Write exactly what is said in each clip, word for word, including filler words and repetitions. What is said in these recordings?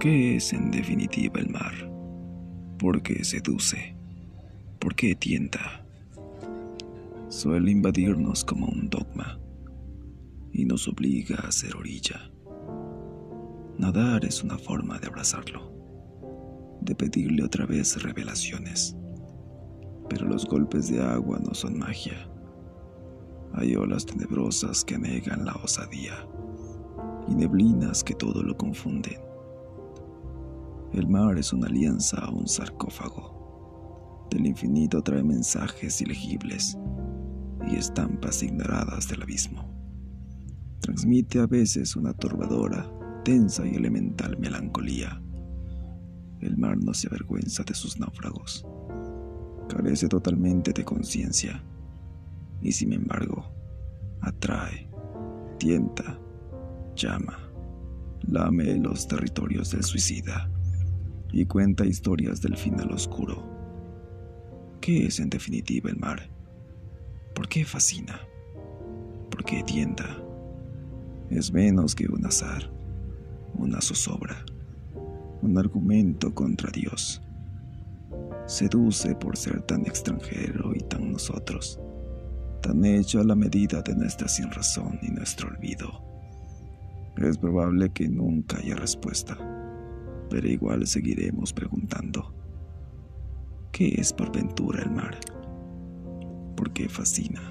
¿Qué es en definitiva el mar? ¿Por qué seduce? ¿Por qué tienta? Suele invadirnos como un dogma y nos obliga a ser orilla. Nadar es una forma de abrazarlo, de pedirle otra vez revelaciones. Pero los golpes de agua no son magia. Hay olas tenebrosas que negan la osadía y neblinas que todo lo confunden. El mar es una alianza o un sarcófago. Del infinito trae mensajes ilegibles y estampas ignoradas del abismo. Transmite a veces una turbadora, tensa y elemental melancolía. El mar no se avergüenza de sus náufragos. Carece totalmente de conciencia y, sin embargo, atrae, tienta, llama, lame los territorios del suicida y cuenta historias del final oscuro. ¿Qué es en definitiva el mar? ¿Por qué fascina? ¿Por qué tienta? Es menos que un azar, una zozobra, un argumento contra Dios. Seduce por ser tan extranjero y tan nosotros, tan hecho a la medida de nuestra sinrazón y nuestro olvido. Es probable que nunca haya respuesta, pero igual seguiremos preguntando. ¿Qué es por ventura el mar? ¿Por qué fascina?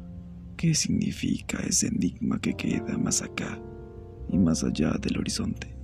¿Qué significa ese enigma que queda más acá y más allá del horizonte?